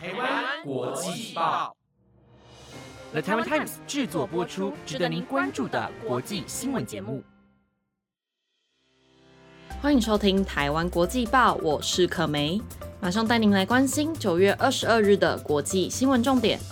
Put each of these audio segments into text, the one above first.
台湾国际报 The Taiwan Times 制作播出，值得您关注的国际新闻节目。 欢迎收听台湾国际报，我是可梅，马上带您来关心9月22日的国际新闻重点。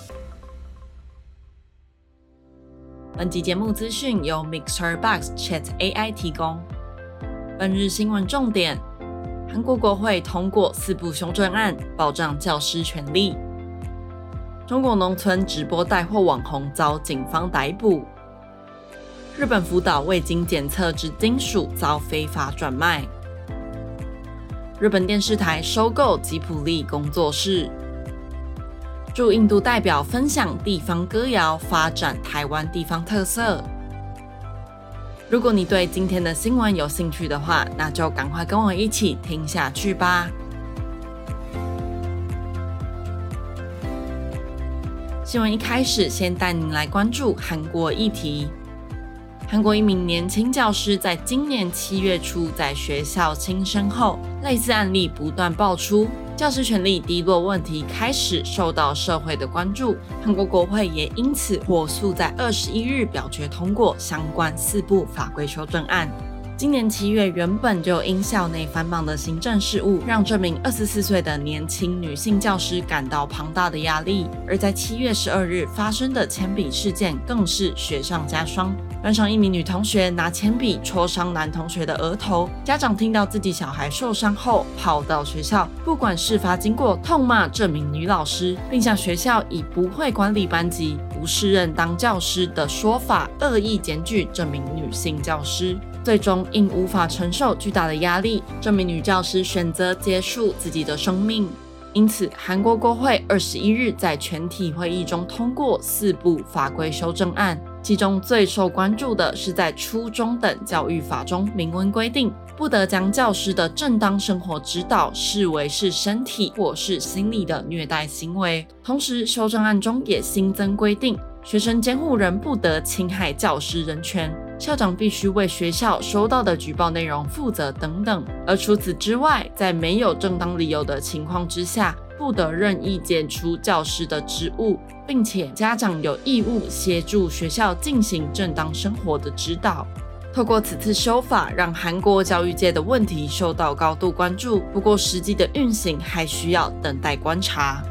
本集节目资讯由 MixerBox Chat AI 提供。本日新闻重点：韩国国会通过4部修正案，保障教师权利。中国农村直播带货网红遭警方逮捕。日本福岛未经检测之金属遭非法转卖。日本电视台收购吉卜力工作室。驻印度代表分享地方歌谣，发展台湾地方特色。如果你对今天的新闻有兴趣的话，那就赶快跟我一起听下去吧。新闻一开始，先带您来关注韩国议题。韩国一名年轻教师在今年7月初在学校轻生后，类似案例不断爆出，教师权利低落问题开始受到社会的关注。韩国国会也因此火速在21日表决通过相关4部法规修正案。今年7月，原本就因校内繁忙的行政事务，让这名24岁的年轻女性教师感到庞大的压力。而在7月12日发生的铅笔事件，更是雪上加霜。班上一名女同学拿铅笔戳伤男同学的额头，家长听到自己小孩受伤后，跑到学校，不管事发经过，痛骂这名女老师，并向学校以不会管理班级、不适任当教师的说法，恶意检举这名女性教师。最终因无法承受巨大的压力，这名女教师选择结束自己的生命。因此，韩国国会21日在全体会议中通过4部法规修正案，其中最受关注的是在初中等教育法中明文规定，不得将教师的正当生活指导视为是身体或是心理的虐待行为。同时，修正案中也新增规定，学生监护人不得侵害教师人权，校长必须为学校收到的举报内容负责等等。而除此之外，在没有正当理由的情况之下，不得任意解除教师的职务，并且家长有义务协助学校进行正当生活的指导。透过此次修法，让韩国教育界的问题受到高度关注，不过实际的运行还需要等待观察。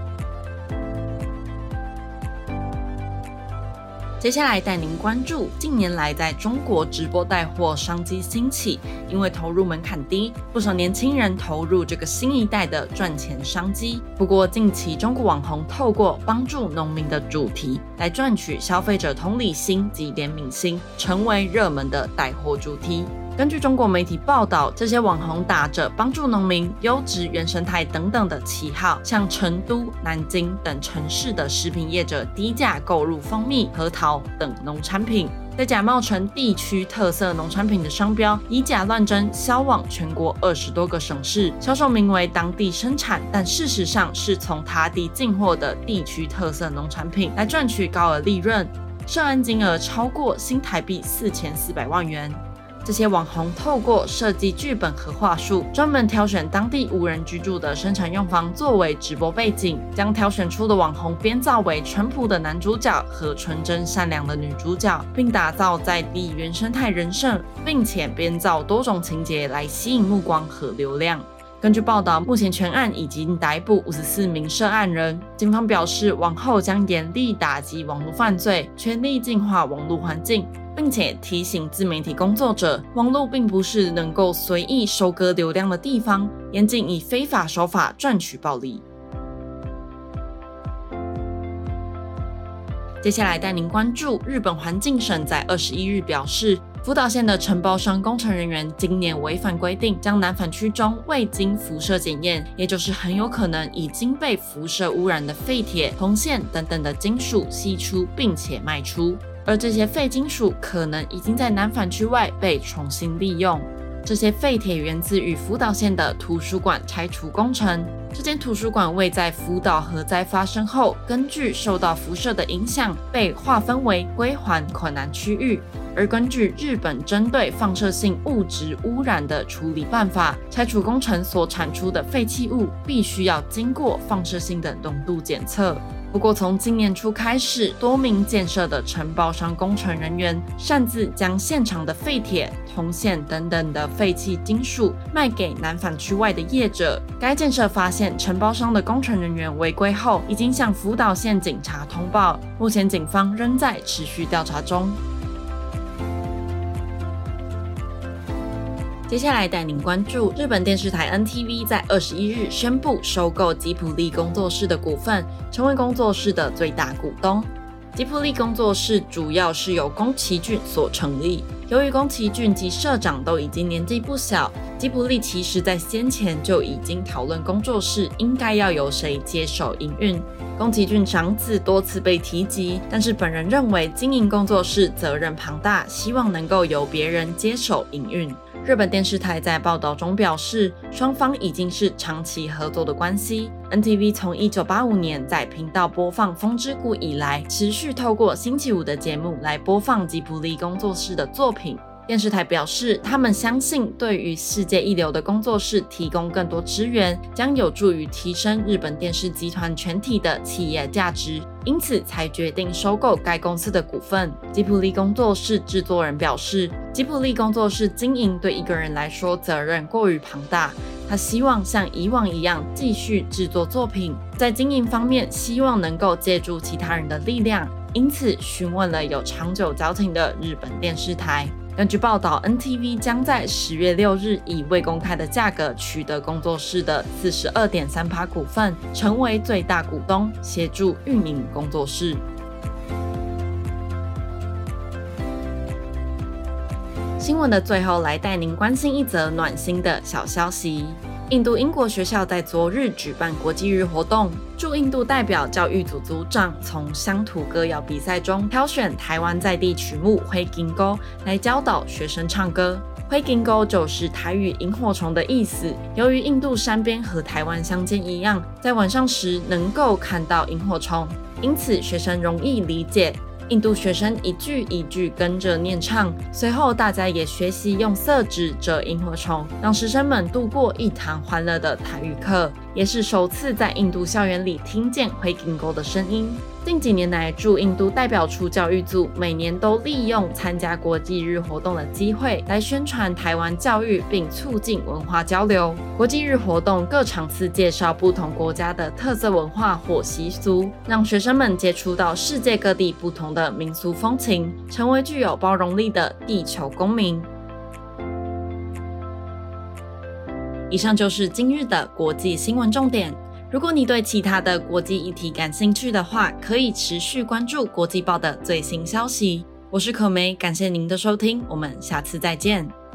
接下来带您关注，近年来在中国直播带货商机兴起，因为投入门槛低，不少年轻人投入这个新一代的赚钱商机。不过近期中国网红透过帮助农民的主题来赚取消费者同理心及怜悯心，成为热门的带货主题。根据中国媒体报道，这些网红打着帮助农民、优质原生态等等的旗号，向成都、南京等城市的食品业者低价购入蜂蜜、核桃等农产品，再假冒成地区特色农产品的商标，以假乱真销往全国20多个省市，销售名为当地生产，但事实上是从他地进货的地区特色农产品，来赚取高额利润，涉案金额超过新台币4400万元。这些网红透过设计剧本和话术，专门挑选当地无人居住的生产用房作为直播背景，将挑选出的网红编造为淳朴的男主角和纯真善良的女主角，并打造在地原生态人设，并且编造多种情节来吸引目光和流量。根据报道，目前全案已经逮捕54名涉案人。警方表示，往后将严厉打击网络犯罪，全力净化网络环境，并且提醒自媒体工作者，网络并不是能够随意收割流量的地方，严禁以非法手法赚取暴利。接下来带您关注，日本环境省在21日表示，福岛县的承包商工程人员今年违反规定，将南反区中未经辐射检验，也就是很有可能已经被辐射污染的废铁、铜线等等的金属析出，并且卖出。而这些废金属可能已经在南反区外被重新利用。这些废铁源自于福岛县的图书馆拆除工程。这间图书馆位在福岛核灾发生后，根据受到辐射的影响，被划分为归还困难区域。 而根据日本针对放射性物质污染的处理办法，拆除工程所产出的废弃物必须要经过放射性的浓度检测。不过从今年初开始，多名建设的承包商工程人员擅自将现场的废铁、铜线等等的废弃金属卖给南返区外的业者。该建设发现承包商的工程人员违规后，已经向福岛县警察通报，目前警方仍在持续调查中。接下来带您关注日本电视台 NTV 在21日宣布收购吉卜力工作室的股份，成为工作室的最大股东。吉卜力工作室主要是由宫崎骏所成立，由于宫崎骏及社长都已经年纪不小，吉卜力其实在先前就已经讨论工作室应该要由谁接手营运。宫崎骏长子多次被提及，但是本人认为经营工作室责任庞大，希望能够由别人接手营运。日本电视台在报道中表示，双方已经是长期合作的关系。NTV 从1985年在频道播放《风之谷》以来，持续透过星期五的节目来播放吉卜力工作室的作品。电视台表示，他们相信对于世界一流的工作室提供更多支援，将有助于提升日本电视集团全体的企业价值，因此才决定收购该公司的股份。吉卜力工作室制作人表示，吉卜力工作室经营对一个人来说责任过于庞大，他希望像以往一样继续制作作品，在经营方面希望能够借助其他人的力量，因此询问了有长久交情的日本电视台。根据报道 ，NTV 将在10月6日以未公开的价格取得工作室的42.3%股份，成为最大股东，协助运营工作室。新闻的最后，来带您关心一则暖心的小消息。印度英国学校在昨日举办国际日活动，驻印度代表教育组组长从乡土歌谣比赛中挑选台湾在地曲目《灰金钩》来教导学生唱歌。灰金钩就是台语萤火虫的意思。由于印度山边和台湾乡间一样，在晚上时能够看到萤火虫，因此学生容易理解。印度学生一句一句跟着念唱，随后大家也学习用色纸折萤火虫，让师生们度过一堂欢乐的台语课，也是首次在印度校园里听见灰金钩的声音。近几年来，驻印度代表处教育组每年都利用参加国际日活动的机会来宣传台湾教育，并促进文化交流。国际日活动各场次介绍不同国家的特色文化或习俗，让学生们接触到世界各地不同的民俗风情，成为具有包容力的地球公民。以上就是今日的国际新闻重点。如果你对其他的国际议题感兴趣的话，可以持续关注国际报的最新消息。我是可梅，感谢您的收听，我们下次再见。